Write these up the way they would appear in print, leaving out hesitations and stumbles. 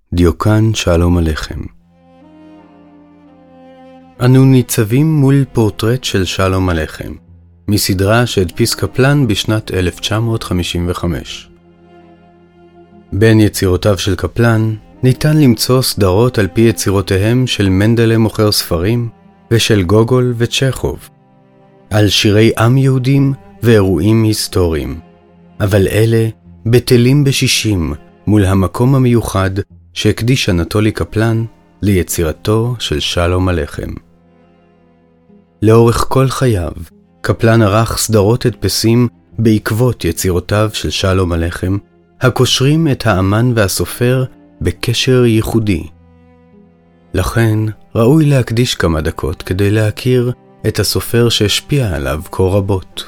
דיוקן שלום עליכם. אנו ניצבים מול פורטרט של שלום עליכם, מסדרה שהדפיס קפלן בשנת 1955. בין יצירותיו של קפלן ניתן למצוא סדרות על פי יצירותיהם של מנדלה מוכר ספרים ושל גוגול וצ'כוב, על שירי עם יהודים ואירועים היסטוריים, אבל אלה בטלים בשישים מול המקום המיוחד שהקדיש אנטולי קפלן ליצירתו של שלום עליכם. לאורך כל חייו, קפלן ערך סדרות הדפסים בעקבות יצירותיו של שלום עליכם, הקושרים את האמן והסופר בקשר ייחודי. לכן, ראוי להקדיש כמה דקות כדי להכיר את הסופר שהשפיע עליו כה רבות.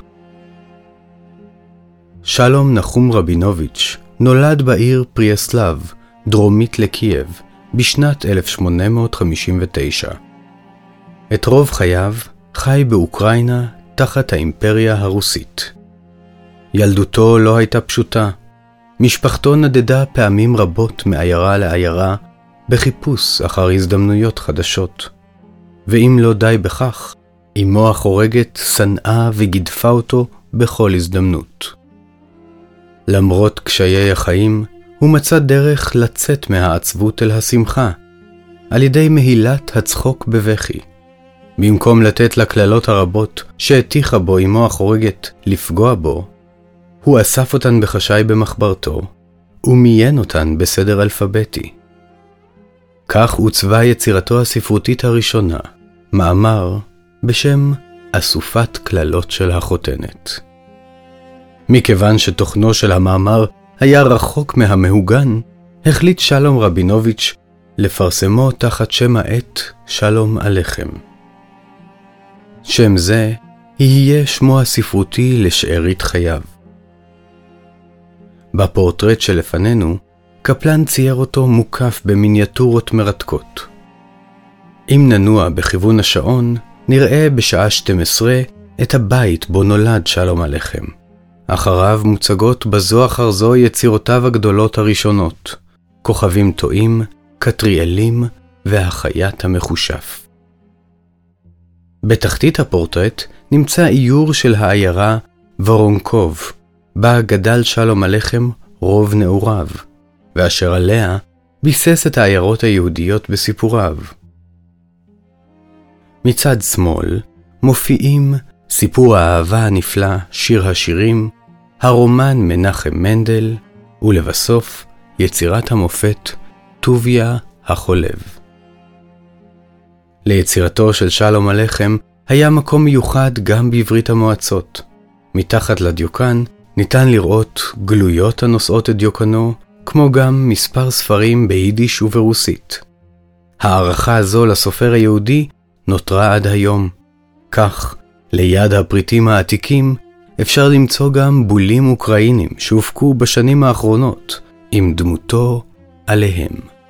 שלום נחום רבינוביץ' נולד בעיר פריאסלב, דרומית לקייב, בשנת 1859. את רוב חייו חי באוקראינה תחת האימפריה הרוסית. ילדותו לא הייתה פשוטה. משפחתו נדדה פעמים רבות מעיירה לעיירה בחיפוש אחר הזדמנויות חדשות. ואם לא די בכך, אמו החורגת שנאה וגידפה אותו בכל הזדמנות. למרות קשיי החיים, הוא מצא דרך לצאת מהעצבות אל השמחה, על ידי מהילת הצחוק בבכי. במקום לתת לכללות הרבות שהטיחה בו אמו החורגת לפגוע בו, הוא אסף אותן בחשאי במחברתו, ומיין אותן בסדר אלפביתי. כך עוצבה יצירתו הספרותית הראשונה, מאמר בשם אסופת כללות של החותנת. מכיוון שתוכנו של המאמר היה רחוק מהמהוגן, החליט שלום רבינוביץ' לפרסמו תחת שם העט שלום עליכם. שם זה יהיה שמו הספרותי לשארית חייו. בפורטרט שלפנינו, קפלן צייר אותו מוקף במיניאטורות מרתקות. אם ננוע בכיוון השעון, נראה בשעה 12 את הבית בו נולד שלום עליכם. אחריו מוצגות בזו אחר זו יצירותיו הגדולות הראשונות, כוכבים טועים, קטריאלים והחיית המחושף. בתחתית הפורטרט נמצא איור של העיירה וורונקוב, בה גדל שלום עליכם רוב נעוריו, ואשר עליה ביסס את העיירות היהודיות בסיפוריו. מצד שמאל מופיעים סיפור האהבה הנפלא, שיר השירים, הרומן מנחם מנדל, ולבסוף יצירת המופת טוביה החולב. ליצירתו של שלום עליכם היה מקום מיוחד גם בברית המועצות. מתחת לדיוקן ניתן לראות גלויות הנושאות את דיוקנו, כמו גם מספר ספרים ביידיש וברוסית. הערכה הזו לסופר היהודי נותרה עד היום. כך, ליד הפריטים העתיקים, אפשר למצוא גם בולים אוקראינים שהופקו בשנים האחרונות עם דמותו עליהם.